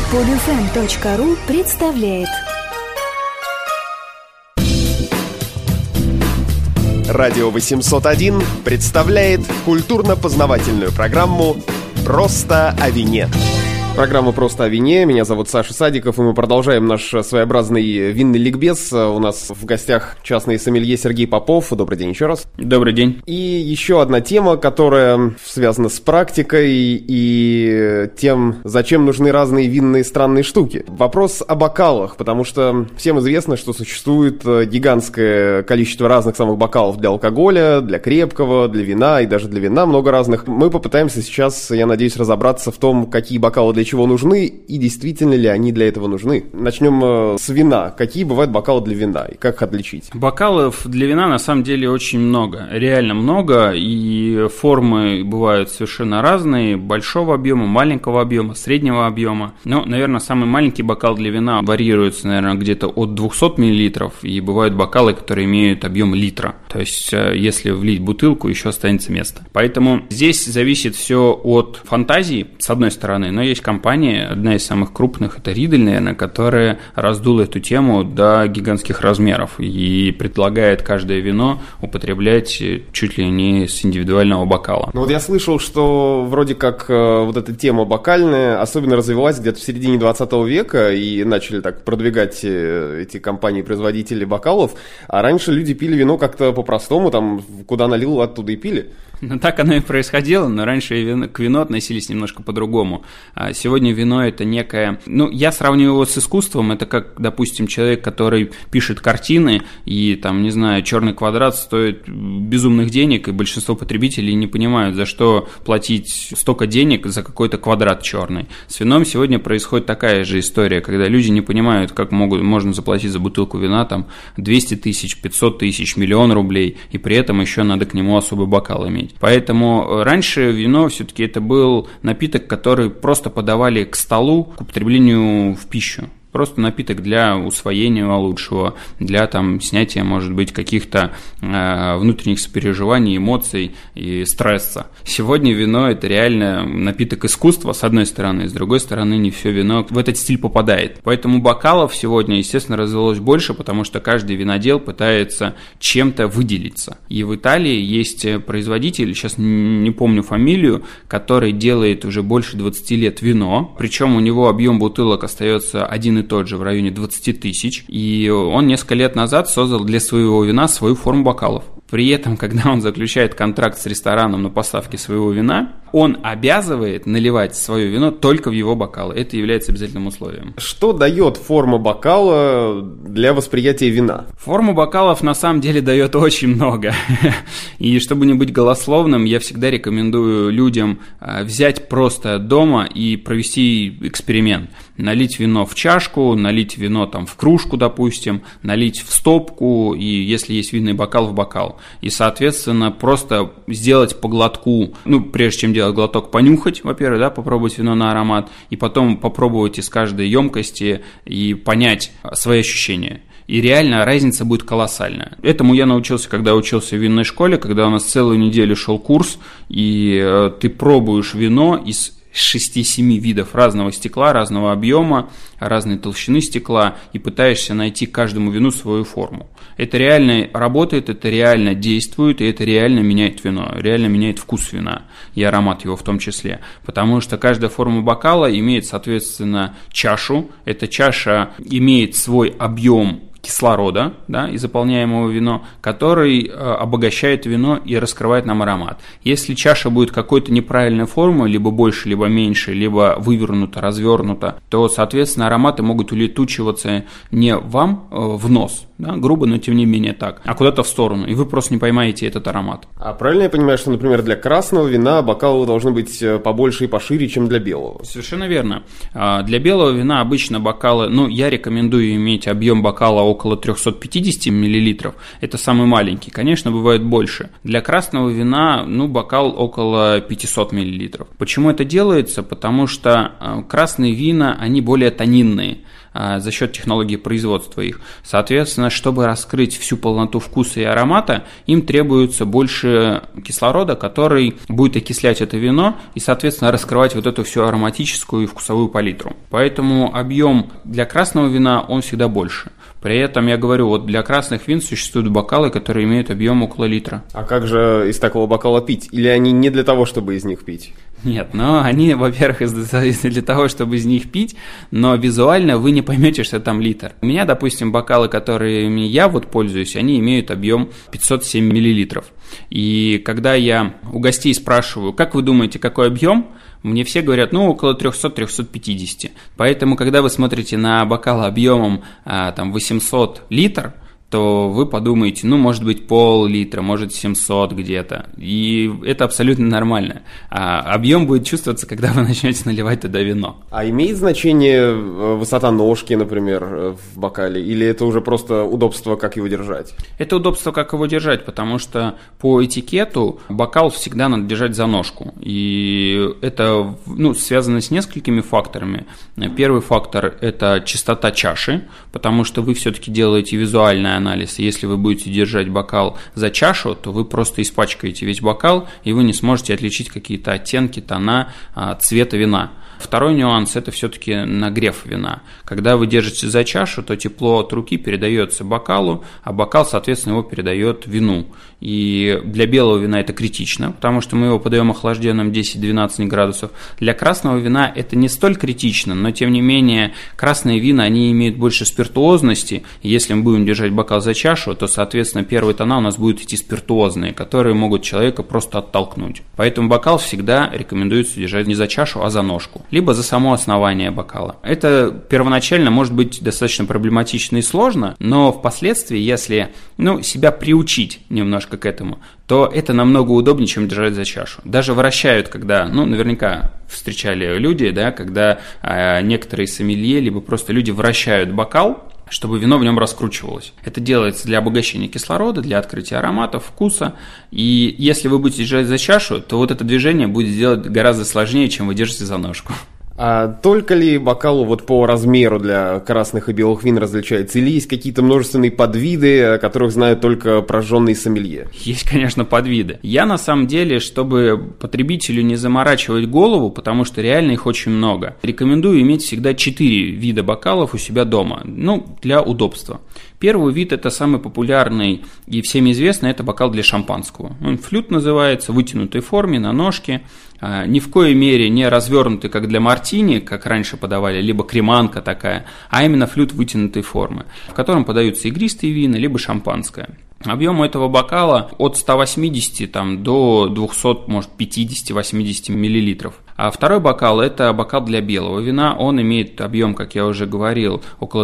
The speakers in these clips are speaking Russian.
Podfm.ru представляет Радио 801 представляет культурно-познавательную программу «Просто о вине». Программа «Просто о вине». Меня зовут Саша Садиков, и мы продолжаем наш своеобразный винный ликбез. У нас в гостях частный сомелье Сергей Попов. Добрый день еще раз. Добрый день. И еще одна тема, которая связана с практикой и тем, зачем нужны разные винные странные штуки. Вопрос о бокалах, потому что всем известно, что существует гигантское количество разных самых бокалов для алкоголя, для крепкого, для вина и даже для вина много разных. Мы попытаемся сейчас, я надеюсь, разобраться в том, какие бокалы для чего нужны и действительно ли они для этого нужны. Начнем с вина. Какие бывают бокалы для вина и как их отличить? Бокалов для вина на самом деле очень много, реально много, и формы бывают совершенно разные, большого объема, маленького объема, среднего объема. Но, наверное, самый маленький бокал для вина варьируется, наверное, где-то от 200 мл, и бывают бокалы, которые имеют объем литра. То есть, если влить бутылку, еще останется место. Поэтому здесь зависит все от фантазии, с одной стороны, но есть компания, одна из самых крупных, это Ридель, наверное, которая раздула эту тему до гигантских размеров и предлагает каждое вино употреблять чуть ли не с индивидуального бокала. Ну вот я слышал, что вроде как вот эта тема бокальная особенно развивалась где-то в середине 20 века и начали так продвигать эти компании-производители бокалов, а раньше люди пили вино как-то по-простому, там куда налил, оттуда и пили. Ну, так оно и происходило, но раньше к вину относились немножко по-другому. Сегодня вино – это некое… Ну, я сравниваю его с искусством. Это как, допустим, человек, который пишет картины, и, там, не знаю, «Черный квадрат» стоит безумных денег, и большинство потребителей не понимают, за что платить столько денег за какой-то квадрат черный. С вином сегодня происходит такая же история, когда люди не понимают, как можно заплатить за бутылку вина там 200 тысяч, 500 тысяч, миллион рублей, и при этом еще надо к нему особый бокал иметь. Поэтому раньше вино все-таки это был напиток, который просто подавали к столу, к употреблению в пищу. Просто напиток для усвоения лучшего, для там снятия, может быть, каких-то внутренних сопереживаний, эмоций и стресса. Сегодня вино – это реально напиток искусства, с одной стороны, с другой стороны, не все вино в этот стиль попадает. Поэтому бокалов сегодня, естественно, развелось больше, потому что каждый винодел пытается чем-то выделиться. И в Италии есть производитель, сейчас не помню фамилию, который делает уже больше 20 лет вино, причем у него объем бутылок остается один и тот же, в районе 20 тысяч, и он несколько лет назад создал для своего вина свою форму бокалов. При этом, когда он заключает контракт с рестораном на поставки своего вина, он обязывает наливать свое вино только в его бокалы. Это является обязательным условием. Что дает форма бокала для восприятия вина? Форма бокалов на самом деле дает очень много. И чтобы не быть голословным, я всегда рекомендую людям взять просто дома и провести эксперимент. Налить вино в чашку, налить вино там в кружку, допустим, налить в стопку, и если есть винный бокал, в бокал. И, соответственно, просто сделать по глотку, прежде чем делать глоток, понюхать, во-первых, да, попробовать вино на аромат, и потом попробовать из каждой емкости и понять свои ощущения. И реально разница будет колоссальная. Этому я научился, когда учился в винной школе, когда у нас целую неделю шел курс, и ты пробуешь вино из 6-7 видов разного стекла, разного объема, разной толщины стекла, и пытаешься найти каждому вину свою форму. Это реально работает, это реально действует, и это реально меняет вино, реально меняет вкус вина и аромат его в том числе. Потому что каждая форма бокала имеет, соответственно, чашу. Эта чаша имеет свой объем кислорода, да, и заполняемого вино, который обогащает вино и раскрывает нам аромат. Если чаша будет какой-то неправильной формы, либо больше, либо меньше, либо вывернута, развернута, то, соответственно, ароматы могут улетучиваться не вам в нос, да, грубо, но тем не менее так, а куда-то в сторону, и вы просто не поймаете этот аромат. А правильно я понимаю, что, например, для красного вина бокалы должны быть побольше и пошире, чем для белого? Совершенно верно. Для белого вина обычно бокалы, я рекомендую иметь объем бокала около 350 мл, это самый маленький, конечно, бывает больше. Для красного вина, бокал около 500 мл. Почему это делается? Потому что красные вина, они более тонинные за счет технологии производства их. Соответственно, чтобы раскрыть всю полноту вкуса и аромата, им требуется больше кислорода, который будет окислять это вино и, соответственно, раскрывать вот эту всю ароматическую и вкусовую палитру. Поэтому объем для красного вина, он всегда больше. При этом, я говорю, вот для красных вин существуют бокалы, которые имеют объем около литра. А как же из такого бокала пить? Или они не для того, чтобы из них пить? Нет, но они, во-первых, для того, чтобы из них пить, но визуально вы не поймете, что там литр. У меня, допустим, бокалы, которыми я вот пользуюсь, они имеют объем 507 мл. И когда я у гостей спрашиваю, как вы думаете, какой объем, мне все говорят, около 300-350. Поэтому, когда вы смотрите на бокал объемом 800 литров, то вы подумаете, может быть, пол-литра, может, 700 где-то. И это абсолютно нормально. А объем будет чувствоваться, когда вы начнете наливать туда вино. А имеет значение высота ножки, например, в бокале? Или это уже просто удобство, как его держать? Это удобство, как его держать, потому что по этикету бокал всегда надо держать за ножку. И это связано с несколькими факторами. Первый фактор – это чистота чаши, потому что вы все-таки делаете визуальное анализ. Если вы будете держать бокал за чашу, то вы просто испачкаете весь бокал, и вы не сможете отличить какие-то оттенки, тона, цвета вина. Второй нюанс – это все-таки нагрев вина. Когда вы держите за чашу, то тепло от руки передается бокалу, а бокал, соответственно, его передает вину. И для белого вина это критично, потому что мы его подаем охлажденным 10-12 градусов. Для красного вина это не столь критично, но тем не менее красные вина, они имеют больше спиртуозности. И если мы будем держать бокал за чашу, то, соответственно, первые тона у нас будут идти спиртуозные, которые могут человека просто оттолкнуть. Поэтому бокал всегда рекомендуется держать не за чашу, а за ножку, либо за само основание бокала. Это первоначально может быть достаточно проблематично и сложно, но впоследствии, если себя приучить немножко к этому, то это намного удобнее, чем держать за чашу. Даже вращают, когда, наверняка встречали люди, да, когда некоторые сомелье, либо просто люди вращают бокал, чтобы вино в нем раскручивалось. Это делается для обогащения кислорода, для открытия ароматов, вкуса. И если вы будете держать за чашу, то вот это движение будет сделать гораздо сложнее, чем вы держите за ножку. А только ли бокал по размеру для красных и белых вин различается? Или есть какие-то множественные подвиды, о которых знают только прожженные сомелье? Есть, конечно, подвиды. Я, на самом деле, чтобы потребителю не заморачивать голову, потому что реально их очень много, рекомендую иметь всегда 4 вида бокалов у себя дома, для удобства. Первый вид – это самый популярный и всем известный, это бокал для шампанского. Он флют называется, в вытянутой форме, на ножке. Ни в коей мере не развернутый, как для мартини, как раньше подавали, либо креманка такая, а именно флют вытянутой формы, в котором подаются игристые вина, либо шампанское. Объем этого бокала от 180 до 200, может 50-80 мл. А второй бокал – это бокал для белого вина. Он имеет объем, как я уже говорил, около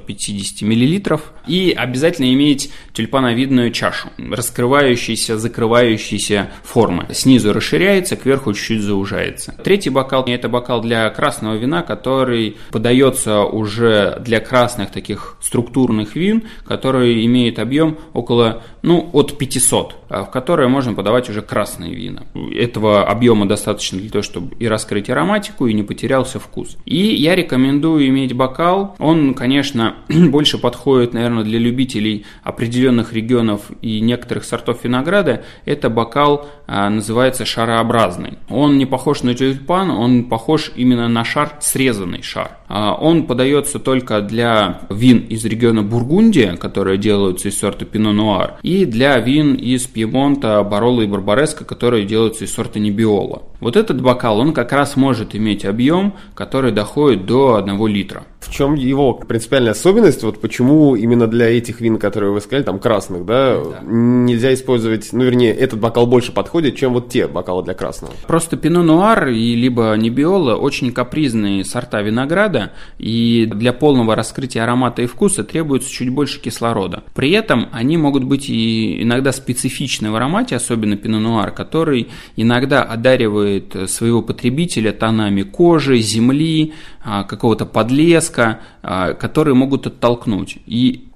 350 мл. И обязательно иметь тюльпановидную чашу, раскрывающейся, закрывающейся формы. Снизу расширяется, кверху чуть-чуть заужается. Третий бокал – это бокал для красного вина, который подается уже для красных таких структурных вин, который имеет объем около от 500, в которые можно подавать уже красные вина. Этого объема достаточно для того, чтобы и раскрыть ароматику, и не потерялся вкус. И я рекомендую иметь бокал. Он, конечно, больше подходит, наверное, для любителей определенных регионов и некоторых сортов винограда. Это бокал называется шарообразный. Он не похож на тюльпан, он похож именно на шар, срезанный шар. Он подается только для вин из региона Бургундия, которые делаются из сорта Пино Нуар, и для вин из Пьемонта, Бароло и Барбареско, которые делаются из сорта Неббиоло. Вот этот бокал, он как раз может иметь объем, который доходит до 1 литра. В чем его принципиальная особенность? Почему именно для этих вин, которые вы сказали, там красных, да, нельзя использовать, этот бокал больше подходит, чем те бокалы для красного? Просто Пино Нуар и либо Неббиоло очень капризные сорта винограда, и для полного раскрытия аромата и вкуса требуется чуть больше кислорода. При этом они могут быть и иногда специфичны в аромате, особенно Пино Нуар, который иногда одаривает своего потребителя тонами кожи, земли, какого-то подлеска, которые могут оттолкнуть. И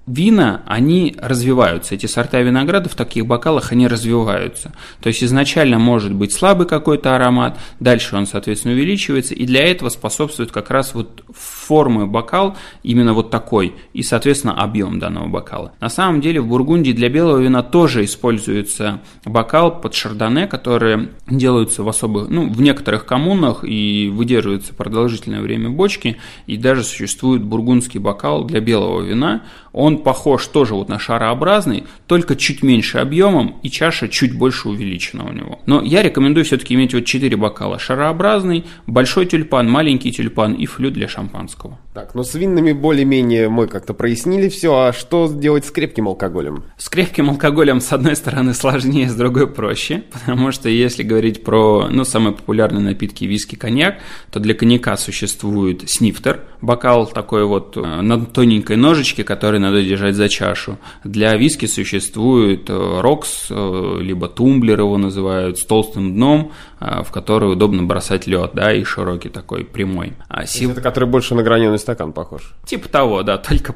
вина, они развиваются, эти сорта винограда в таких бокалах, они развиваются. То есть изначально может быть слабый какой-то аромат, дальше он, соответственно, увеличивается, и для этого способствует как раз вот формы бокал именно вот такой, и, соответственно, объем данного бокала. На самом деле в Бургундии для белого вина тоже используется бокал под шардоне, которые делаются в особых, в некоторых коммунах и выдерживаются продолжительное время в бочке, и даже существует бургундский бокал для белого вина. Он похож тоже вот на шарообразный, только чуть меньше объемом и чаша чуть больше увеличена у него. Но я рекомендую все-таки иметь вот 4 бокала. Шарообразный, большой тюльпан, маленький тюльпан и флют для шампанского. Так, с винными более-менее мы как-то прояснили все, а что делать с крепким алкоголем? С крепким алкоголем, с одной стороны, сложнее, с другой проще, потому что если говорить про, самые популярные напитки виски, коньяк, то для коньяка существует снифтер, бокал такой вот на тоненькой ножичке, который надо держать за чашу. Для виски существует рокс, либо тумблер его называют, с толстым дном, в который удобно бросать лед, да, и широкий такой, прямой. Это который больше на граненый стакан похож? Типа того, да, только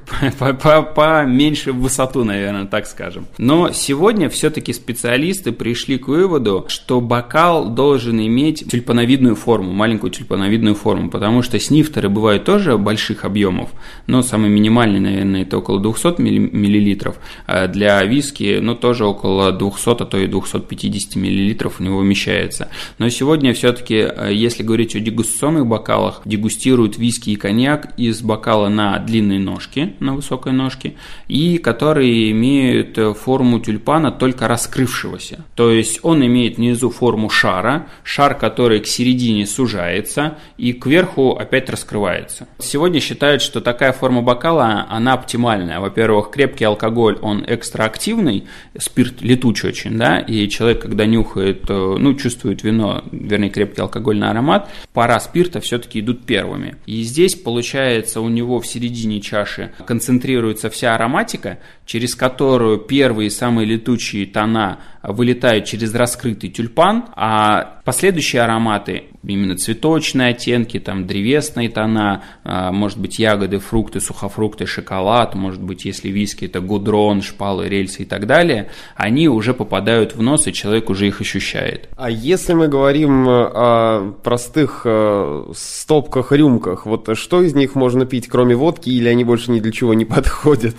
поменьше в высоту, наверное, так скажем. Но сегодня все-таки специалисты пришли к выводу, что бокал должен иметь тюльпановидную форму, маленькую тюльпановидную форму, потому что снифтеры бывают тоже больших объемов, но самый минимальный, наверное, это около 200 мл, для виски, тоже около 200, а то и 250 мл у него вмещается. Но сегодня все-таки, если говорить о дегустационных бокалах, дегустируют виски и коньяк из бокала на длинной ножке, на высокой ножке, и которые имеют форму тюльпана только раскрывшегося. То есть он имеет внизу форму шара, шар, который к середине сужается и кверху опять раскрывается. Сегодня считают, что такая форма бокала, она оптимальная. Во-первых, крепкий алкоголь, он экстраактивный, спирт летучий очень, да, и человек, когда нюхает, чувствует вино, вернее, крепкий алкогольный аромат, пара спирта все-таки идут первыми. И здесь, получается, у него в середине чаши концентрируется вся ароматика, через которую первые самые летучие тона вылетают через раскрытый тюльпан, а последующие ароматы, именно цветочные оттенки, там древесные тона, может быть ягоды, фрукты, сухофрукты, шоколад, может быть, если виски, это гудрон, шпалы, рельсы и так далее, они уже попадают в нос, и человек уже их ощущает. А если мы говорим о простых стопках, рюмках, вот что из них можно пить, кроме водки, или они больше ни для чего не подходят?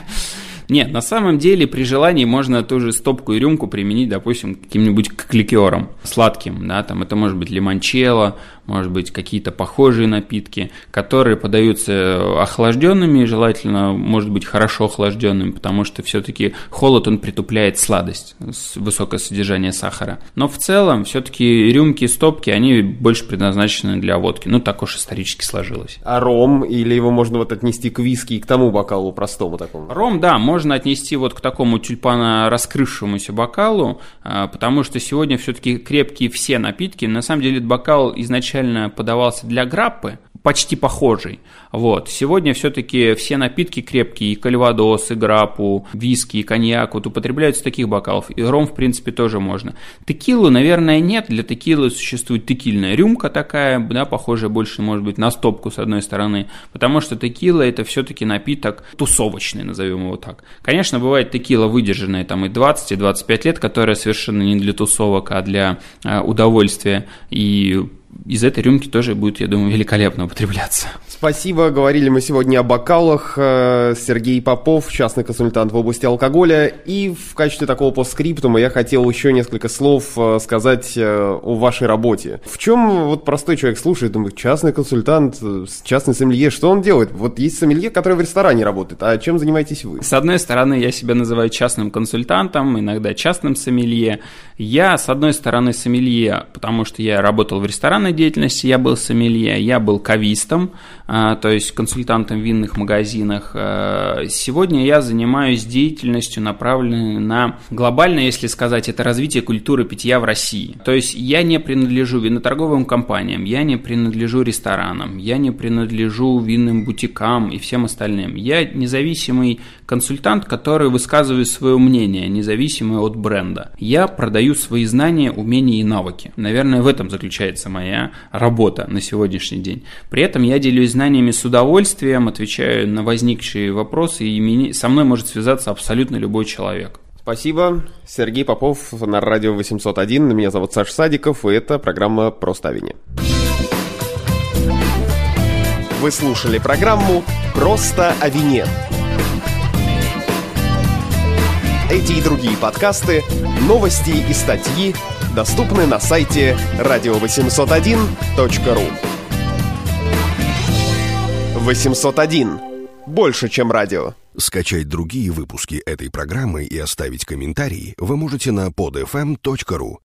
Нет, на самом деле при желании можно ту же стопку и рюмку применить, допустим, к каким-нибудь к ликерам сладким, да, там это может быть лимончелло, может быть какие-то похожие напитки, которые подаются охлажденными, желательно, может быть, хорошо охлажденными, потому что все-таки холод, он притупляет сладость, высокое содержание сахара. Но в целом все-таки рюмки и стопки, они больше предназначены для водки, так уж исторически сложилось. А ром, или его можно отнести к виски и к тому бокалу простому такому? Ром, да, можно отнести к такому тюльпано раскрывшемуся бокалу, потому что сегодня все-таки крепкие все напитки. На самом деле этот бокал изначально подавался для граппы, почти похожий. Сегодня все-таки все напитки крепкие, и кальвадос, и граппу, виски, и коньяк употребляются в таких бокалов, и ром, в принципе, тоже можно. Текилу, наверное, нет, для текилы существует текильная рюмка такая, да, похожая больше, может быть, на стопку с одной стороны, потому что текила это все-таки напиток тусовочный, назовем его так. Конечно, бывает текила выдержанная там и 20, и 25 лет, которая совершенно не для тусовок, а для удовольствия, и из этой рюмки тоже будет, я думаю, великолепно употребляться. Спасибо. Говорили мы сегодня о бокалах. Сергей Попов, частный консультант в области алкоголя. И в качестве такого постскриптума я хотел еще несколько слов сказать о вашей работе. В чем простой человек слушает, думает, частный консультант, частный сомелье, что он делает? Есть сомелье, который в ресторане работает, а чем занимаетесь вы? С одной стороны, я себя называю частным консультантом, иногда частным сомелье. Я, с одной стороны, сомелье, потому что я работал в ресторанной деятельности, я был сомелье, я был кавистом, то есть консультантом в винных магазинах. Сегодня я занимаюсь деятельностью, направленной на глобальное, если сказать, это развитие культуры питья в России. То есть я не принадлежу виноторговым компаниям, я не принадлежу ресторанам, я не принадлежу винным бутикам и всем остальным. Я независимый консультант, который высказывает свое мнение, независимое от бренда. Я продаю свои знания, умения и навыки. Наверное, в этом заключается моя моя работа на сегодняшний день. При этом я делюсь знаниями с удовольствием, отвечаю на возникшие вопросы, и со мной может связаться абсолютно любой человек. Спасибо. Сергей Попов на радио 801. Меня зовут Саша Садиков, и это программа «Просто о вине». Вы слушали программу «Просто о вине». Эти и другие подкасты, новости и статьи доступны на сайте radio801.ru. 801. Больше, чем радио. Скачать другие выпуски этой программы и оставить комментарии вы можете на podfm.ru.